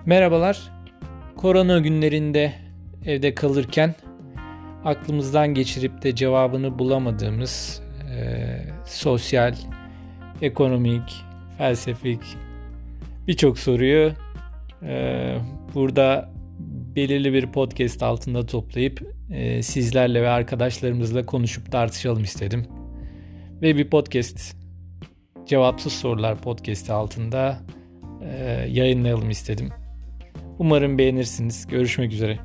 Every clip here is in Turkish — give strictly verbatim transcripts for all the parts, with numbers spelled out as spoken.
Merhabalar. Korona günlerinde evde kalırken aklımızdan geçirip de cevabını bulamadığımız e, sosyal, ekonomik, felsefik birçok soruyu e, burada belirli bir podcast altında toplayıp e, sizlerle ve arkadaşlarımızla konuşup tartışalım istedim. Ve bir podcast, Cevapsız Sorular podcast'i altında e, yayınlayalım istedim. Umarım beğenirsiniz. Görüşmek üzere.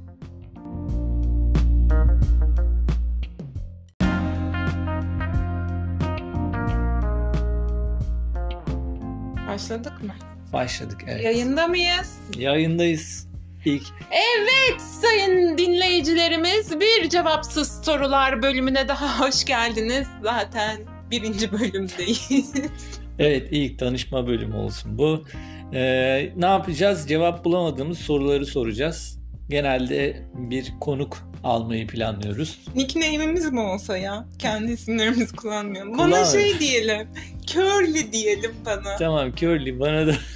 Başladık mı? Başladık, evet. Yayında mıyız? Yayındayız. İlk. Evet sayın dinleyicilerimiz, bir Cevapsız Sorular bölümüne daha hoş geldiniz. Zaten birinci bölümdeyiz. Evet, ilk tanışma bölümü olsun bu. Ee, ne yapacağız? Cevap bulamadığımız soruları soracağız. Genelde bir konuk almayı planlıyoruz. Nickname'imiz mi olsa ya? Kendi isimlerimizi kullanmayalım. Bana Kullan. şey diyelim. Curly diyelim bana. Tamam, Curly bana da.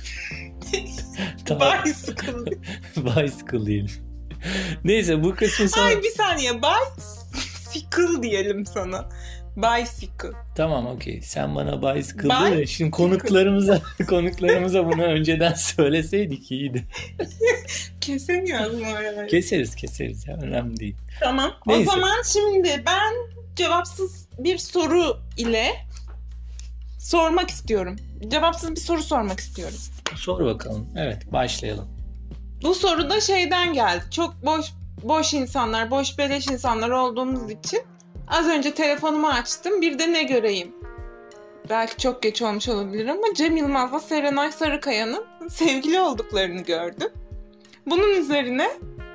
Tamam. Bicycle. Bicycle diyelim. Neyse bu kısmı sonra. Ay bir saniye. Bicycle diyelim sana. Bicycle. Tamam, okey. Sen bana bicycle de şimdi konuklarımıza konuklarımıza bunu önceden söyleseydik iyiydi. Kesemiyoruz mu oraya? Keseriz keseriz ya, önemli değil. Tamam. Neyse. O zaman şimdi ben cevapsız bir soru ile sormak istiyorum. Cevapsız bir soru sormak istiyorum. Sor bakalım. Evet, başlayalım. Bu soru da şeyden geldi. Çok boş boş insanlar, boş beleş insanlar olduğumuz için az önce telefonumu açtım. Bir de ne göreyim? Belki çok geç olmuş olabilir ama Cem Yılmaz'la Serenay Sarıkaya'nın sevgili olduklarını gördüm. Bunun üzerine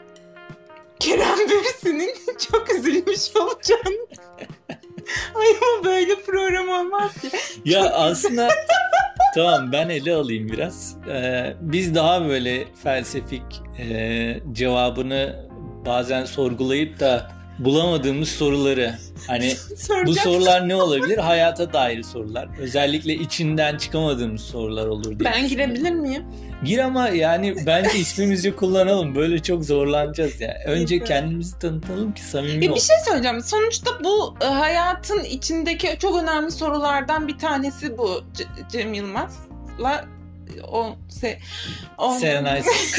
Kerem Bürsin'in çok üzülmüş olacağını. Ay ama böyle program olmaz ki. Ya aslında tamam, ben ele alayım biraz. Ee, biz daha böyle felsefik e, cevabını bazen sorgulayıp da bulamadığımız soruları, hani bu sorular ne olabilir? Hayata dair sorular. Özellikle içinden çıkamadığımız sorular olur diye. Ben girebilir miyim? Gir ama yani bence ismimizi kullanalım. Böyle çok zorlanacağız ya. Yani. Önce kendimizi tanıtalım ki samimi e, ol. Bir şey söyleyeceğim. Sonuçta bu e, hayatın içindeki çok önemli sorulardan bir tanesi bu. C- Cem Yılmaz'la o se o Serenay.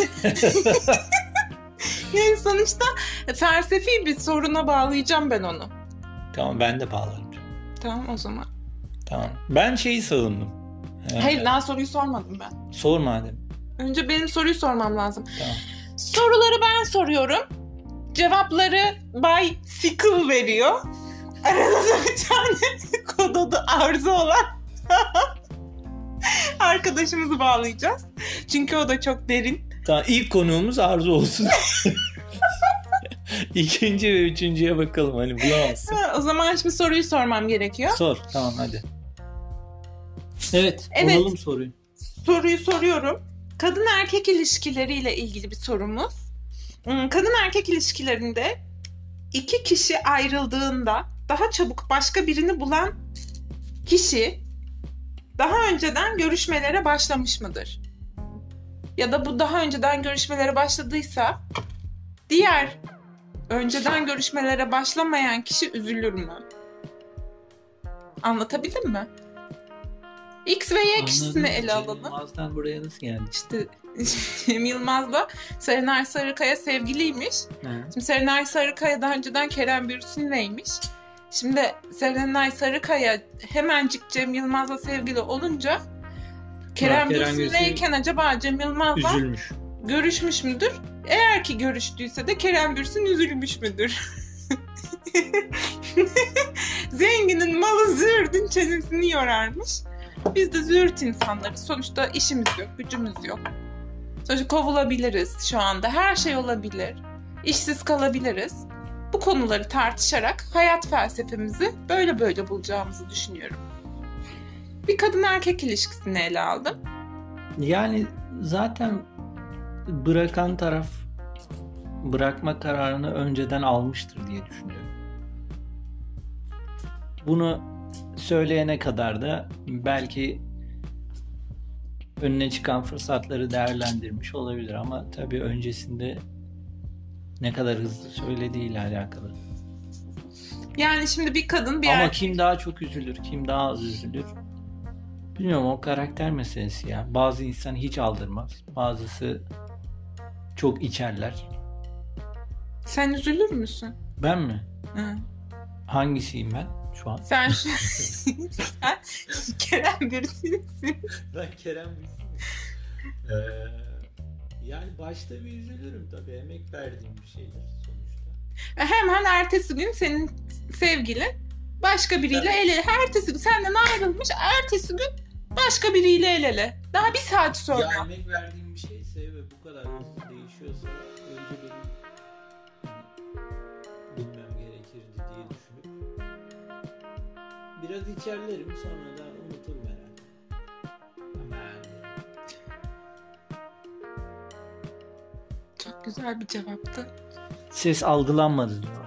Yani sonuçta felsefi bir soruna bağlayacağım ben onu. Tamam, ben de bağlarım. Tamam o zaman. Tamam. Ben şeyi savundum. Ee, Hayır, daha soruyu sormadım ben. Sor madem. Önce benim soruyu sormam lazım. Tamam. Soruları ben soruyorum. Cevapları Bicycle veriyor. Arada da bir tane kod adı Arzu olan arkadaşımızı bağlayacağız. Çünkü o da çok derin. Tamam, ilk konuğumuz Arzu olsun. İkinci ve üçüncüye bakalım, hani bulamazsın. Ha, o zaman şimdi soruyu sormam gerekiyor. Sor, tamam hadi. Evet, evet. Soralım soruyu. Soruyu soruyorum. Kadın erkek ilişkileriyle ilgili bir sorumuz. Kadın erkek ilişkilerinde iki kişi ayrıldığında daha çabuk başka birini bulan kişi daha önceden görüşmelere başlamış mıdır? Ya da bu daha önceden görüşmelere başladıysa diğer önceden görüşmelere başlamayan kişi üzülür mü? Anlatabildim mi? X ve Y Anladım. Kişisini ele alalım. Cem Yılmaz'dan buraya nasıl geldi? İşte Cem Yılmaz'la Serenay Sarıkaya sevgiliymiş. He. Şimdi Serenay Sarıkaya daha önceden Kerem Bürsin'leymiş. Şimdi Serenay Sarıkaya hemencik Cem Yılmaz'la sevgili olunca Kerem, Kerem Bürsin'leyken acaba Cem Yılmaz'la üzülmüş. Görüşmüş müdür? Eğer ki görüştüyse de Kerem Bürsin üzülmüş müdür? Zenginin malı züğürdün çenesini yorarmış. Biz de züğürt insanlarız. Sonuçta işimiz yok, gücümüz yok. Sonuçta kovulabiliriz şu anda. Her şey olabilir. İşsiz kalabiliriz. Bu konuları tartışarak hayat felsefemizi böyle böyle bulacağımızı düşünüyorum. Bir kadın erkek ilişkisini ele aldım. Yani zaten bırakan taraf bırakma kararını önceden almıştır diye düşünüyorum. Bunu söyleyene kadar da belki önüne çıkan fırsatları değerlendirmiş olabilir ama tabii öncesinde ne kadar hızlı söylediğiyle alakalı. Yani şimdi bir kadın bir Ama erkek... kim daha çok üzülür, kim daha az üzülür? Bilmiyorum, o karakter meselesi ya. Bazı insan hiç aldırmaz. Bazısı çok içerler. Sen üzülür müsün? Ben mi? Hı. Hangisiyim ben şu an? Sen şu... Sen Kerem birisisin. Ben Kerem birisiyim. Ee, yani başta bir üzülürüm tabii. Emek verdiğim bir şeydir sonuçta. Hemen ertesi gün senin sevgilin başka biriyle el ele. Ertesi gün senden ayrılmış. Ertesi gün başka biriyle el ele. Daha bir saat sonra. Ya emek verdiğim bir şeyse ve bu kadar hızlı değişiyorsa önce benim bilmem gerekirdi diye düşünüp biraz içerlerim, sonra da unuturum herhalde. Ama yani... Çok güzel bir cevaptı. Ses algılanmadı diyor.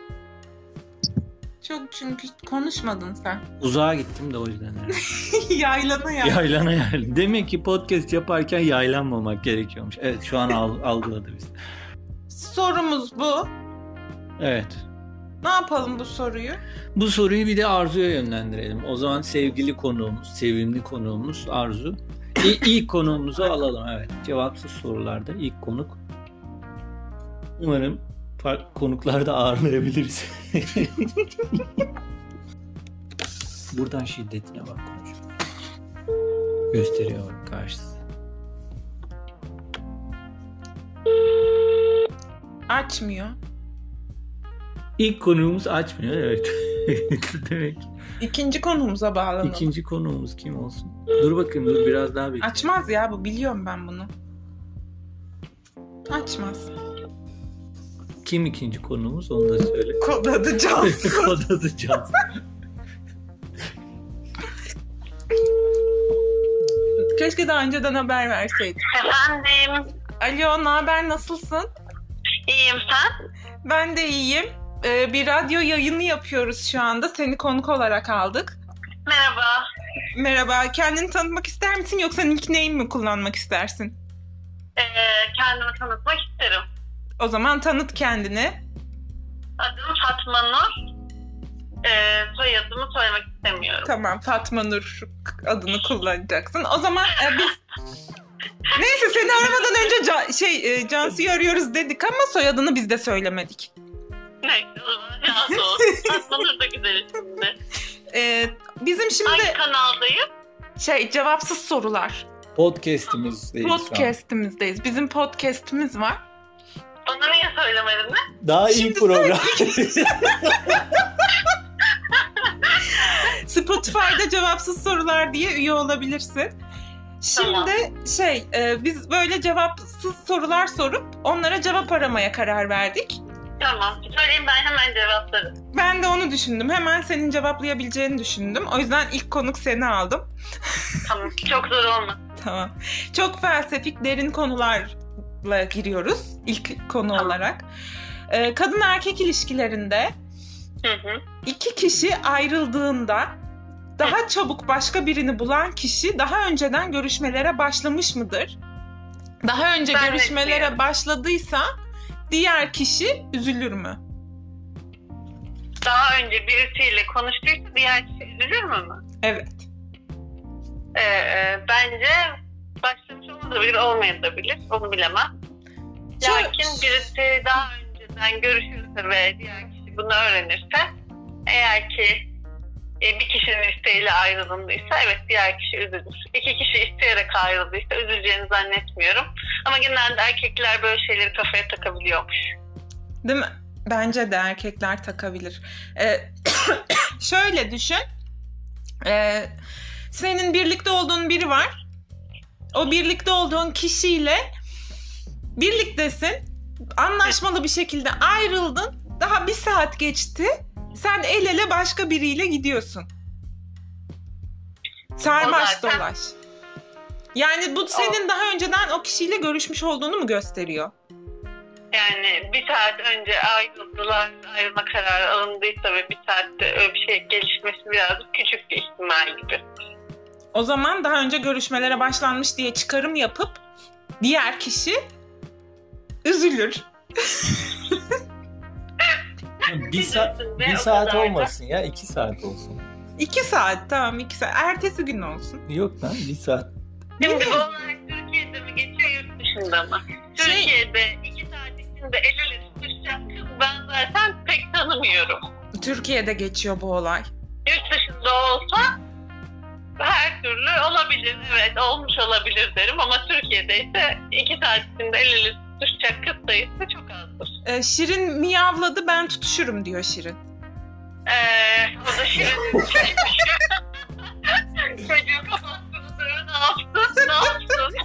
Çok, çünkü konuşmadın sen. Uzağa gittim de o yüzden yani. Yaylana ya. Yaylana yaylan. Demek ki podcast yaparken yaylanmamak gerekiyormuş. Evet, şu an al- algıladı biz. Sorumuz bu. Evet. Ne yapalım bu soruyu? Bu soruyu bir de Arzu'ya yönlendirelim. O zaman sevgili konuğumuz, sevimli konuğumuz Arzu. İ- ilk konuğumuzu alalım. Evet. Cevapsız sorularda ilk konuk. Umarım farklı konuklarda ağırlayabiliriz. Buradan şiddetine bak konuş. Gösteriyor bak karşısı. Açmıyor. İlk konuğumuz açmıyor, evet. Demek. İkinci konumuza bağlanalım. İkinci konuğumuz kim olsun? Dur bakayım, dur biraz daha bekle. Açmaz ya bu, biliyorum ben bunu. Açmaz. Kim ikinci konuğumuz, onu da söyle. Kod adı Cansu. Kod adı Cansu. Keşke daha önceden haber verseydin. Efendim, Alo, ne haber, nasılsın? iyiyim sen? Ben de iyiyim. Ee, bir radyo yayını yapıyoruz şu anda. Seni konuk olarak aldık. Merhaba. Merhaba, kendini tanıtmak ister misin yoksa nickname mi kullanmak istersin? Ee, kendimi tanıtmak isterim. O zaman tanıt kendini. Adım Fatma Nur. Ee, soyadımı söylemek istemiyorum. Tamam, Fatma Nur adını kullanacaksın. O zaman e, biz... Neyse, seni aramadan önce Can, şey e, Cansu'yu arıyoruz dedik ama soyadını biz de söylemedik. Neyse, o zaman razı olsun. Fatma Nur da güzel isimdi. Ee, bizim şimdi Hangi kanaldayım? şey cevapsız sorular. Podcast'imizdeyiz. Podcast'imizdeyiz. Bizim podcast'imiz var. Bana niye söylemedin mi? Daha iyi Şimdi program. Spotify'da cevapsız sorular diye üye olabilirsin. Şimdi Tamam. şey e, biz böyle cevapsız sorular sorup onlara cevap aramaya karar verdik. Tamam, söyleyeyim, ben hemen cevaplarım. Ben de onu düşündüm. Hemen senin cevaplayabileceğini düşündüm. O yüzden ilk konuk seni aldım. Tamam, çok zor olma. Tamam. Çok felsefik, derin konularla giriyoruz ilk konu Tamam. olarak. Ee, kadın erkek ilişkilerinde Hı hı. iki kişi ayrıldığında daha çabuk başka birini bulan kişi daha önceden görüşmelere başlamış mıdır? Daha önce Ben görüşmelere bekliyorum. başladıysa diğer kişi üzülür mü? Daha önce birisiyle konuştuysa diğer kişi üzülür mü? Evet. Ee, e, bence başlamış olabilir, olmayabilir. Onu bilemem. Çok- Lakin birisi daha önceden görüşürse ve diğer kişi bunu öğrenirse, eğer ki e, bir kişinin isteğiyle ayrılındıysa evet diğer kişi üzülür. İki kişi isteyerek ayrıldıysa üzüleceğini zannetmiyorum. Ama genelde erkekler böyle şeyleri kafaya takabiliyormuş. Değil mi? Bence de erkekler takabilir. Ee, şöyle düşün. Ee, senin birlikte olduğun biri var. O birlikte olduğun kişiyle birliktesin. Anlaşmalı bir şekilde ayrıldın. Daha bir saat geçti. Sen el ele başka biriyle gidiyorsun. Sarmaş O zaten- dolaş. Yani bu senin daha önceden o kişiyle görüşmüş olduğunu mu gösteriyor? Yani bir saat önce ayrıldılar, ayrılma kararı alındıysa ve bir saatte öyle bir şey gelişmesi birazcık küçük bir ihtimal gibi. O zaman daha önce görüşmelere başlanmış diye çıkarım yapıp diğer kişi üzülür. bir, sa- bir saat olmasın ya, iki saat olsun. İki saat tamam iki saat. Ertesi gün olsun. Yok lan bir saat. Şimdi bu olay Türkiye'de mi geçiyor yurt dışında mı? Şey, Türkiye'de iki saat içinde el ele tutuşacak kız ben zaten pek tanımıyorum. Türkiye'de geçiyor bu olay. Yurt dışında olsa her türlü olabilir, evet olmuş olabilir derim ama Türkiye'de ise iki saat içinde el ele tutuşacak kız sayısı çok azdır. Ee, Şirin miyavladı ben tutuşurum diyor Şirin. Eee o da Şirin'in şeymiş. Çocuğu kapattınız ne yaptın, ne yaptın?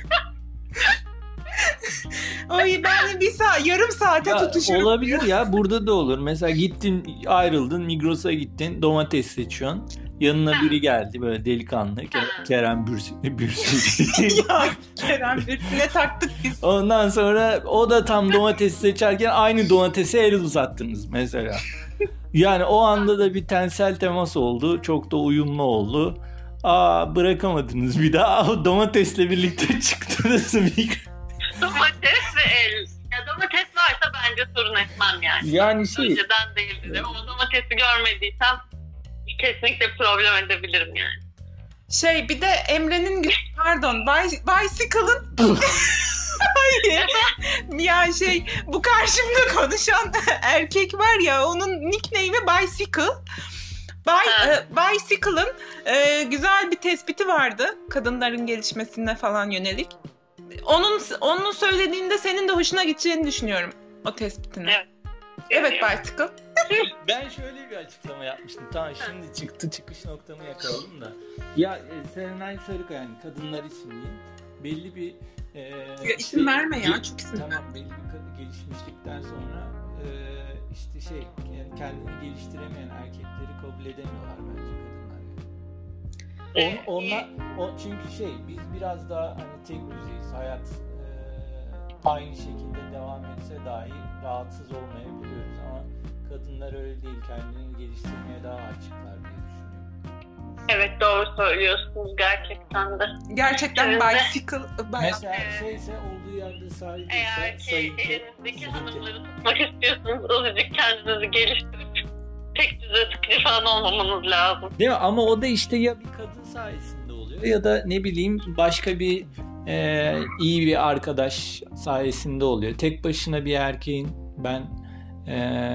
Oy ben bir saat, yarım saate Ya, tutuşurum. olabilir ya, burada da olur. Mesela gittin, ayrıldın, Migros'a gittin, domates seçiyorsun. Yanına biri geldi böyle delikanlı. Ke- Kerem Bürsin. Bürsin. Ya Kerem Bürsin'e taktık biz. Ondan sonra o da tam domates seçerken aynı domatese el uzattınız mesela. Yani o anda da bir tensel temas oldu. Çok da uyumlu oldu. Aa, bırakamadınız bir daha. O domatesle birlikte çıktınız. Domates ve el. Ya domates varsa bence sorun etmem yani. Yani şey... Önceden değildi. O domatesi görmediysem kesinlikle problem edebilirim yani. Şey bir de Emre'nin pardon Bicy- Bicycle'ın hayır ya şey bu karşımda konuşan erkek var ya onun nickname'i Bicycle. By, e, Bicycle'ın e, güzel bir tespiti vardı kadınların gelişmesine falan yönelik. Onun onun söylediğinde senin de hoşuna gideceğini düşünüyorum o tespitini. Evet. Evet Bicycle. Ben şöyle bir açıklama yapmıştım. Tamam şimdi çıktı, çıkış noktamı yakaladım da. Ya e, Serenay Sarıkaya'nın kadınlar için diyeyim. Belli bir e, Ya isim verme ya, çok isim Tamam belli bir kad- gelişmişlikten sonra e, işte şey yani kendini geliştiremeyen erkekleri kabul edemiyorlar bence kadınlar. Yani. On, onlar, o, çünkü şey biz biraz daha hani tek düzeyiz. Hayat e, aynı şekilde devam etse dahi rahatsız olmayabiliyoruz ama kadınlar öyle değil. Kendini geliştirmeye daha açıklar diye düşünüyorum. Evet doğru söylüyorsunuz gerçekten de. Gerçekten Evet. Bicycle. Mesela şeyse olduğu yerde sahildeyse Eğer ki sayıca elinizdeki hanımları tutmak istiyorsanız azıcık kendinizi geliştirip tek düze tıklı falan olmamanız lazım. Değil mi? Ama o da işte ya bir kadın sayesinde oluyor ya da ne bileyim başka bir e, iyi bir arkadaş sayesinde oluyor. Tek başına bir erkeğin ben e,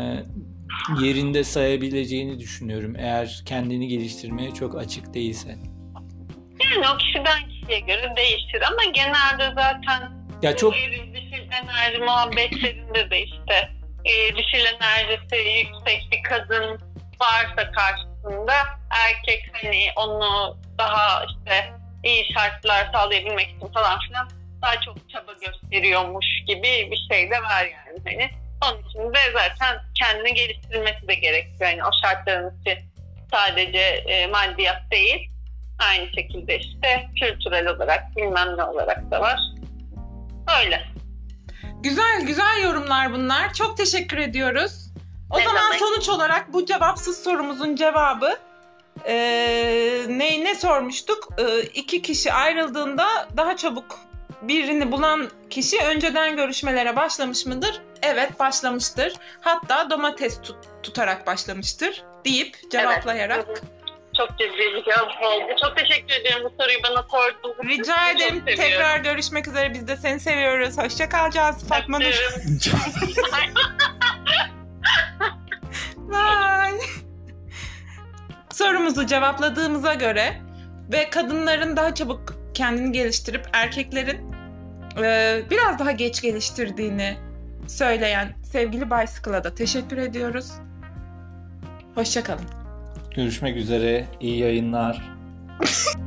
yerinde sayabileceğini düşünüyorum. Eğer kendini geliştirmeye çok açık değilse. Yani o kişiden kişiye göre değişir ama genelde zaten Ya çok eril dişil enerji muhabbetlerinde de işte e, dişil enerjisi yüksek bir kadın varsa karşısında erkek hani onu daha işte iyi şartlar sağlayabilmek için falan filan daha çok çaba gösteriyormuş gibi bir şey de var yani hani. Onun için de zaten kendini geliştirmesi de gerekiyor. Yani o şartların için sadece e, maddiyat değil. Aynı şekilde işte kültürel olarak bilmem ne olarak da var. Öyle. Güzel güzel yorumlar bunlar. Çok teşekkür ediyoruz. O Ne zaman demek? sonuç olarak bu cevapsız sorumuzun cevabı e, ne ne sormuştuk? E, iki kişi ayrıldığında daha çabuk birini bulan kişi önceden görüşmelere başlamış mıdır? Evet başlamıştır. Hatta domates tut, tutarak başlamıştır deyip cevaplayarak. Evet. Çok ciddi bir cevap oldu. Çok teşekkür ederim bu soruyu bana sorduğunuz için. Rica ederim. Çok seviyorum. Tekrar görüşmek üzere. Biz de seni seviyoruz. Hoşça kal Cansu Fatma Nur. Öpüyorum. Bye. Sorumuzu cevapladığımıza göre ve kadınların daha çabuk kendini geliştirip erkeklerin e, biraz daha geç geliştirdiğini söyleyen sevgili Bicycle'a da teşekkür ediyoruz. Hoşça kalın. görüşmek üzere. İyi yayınlar.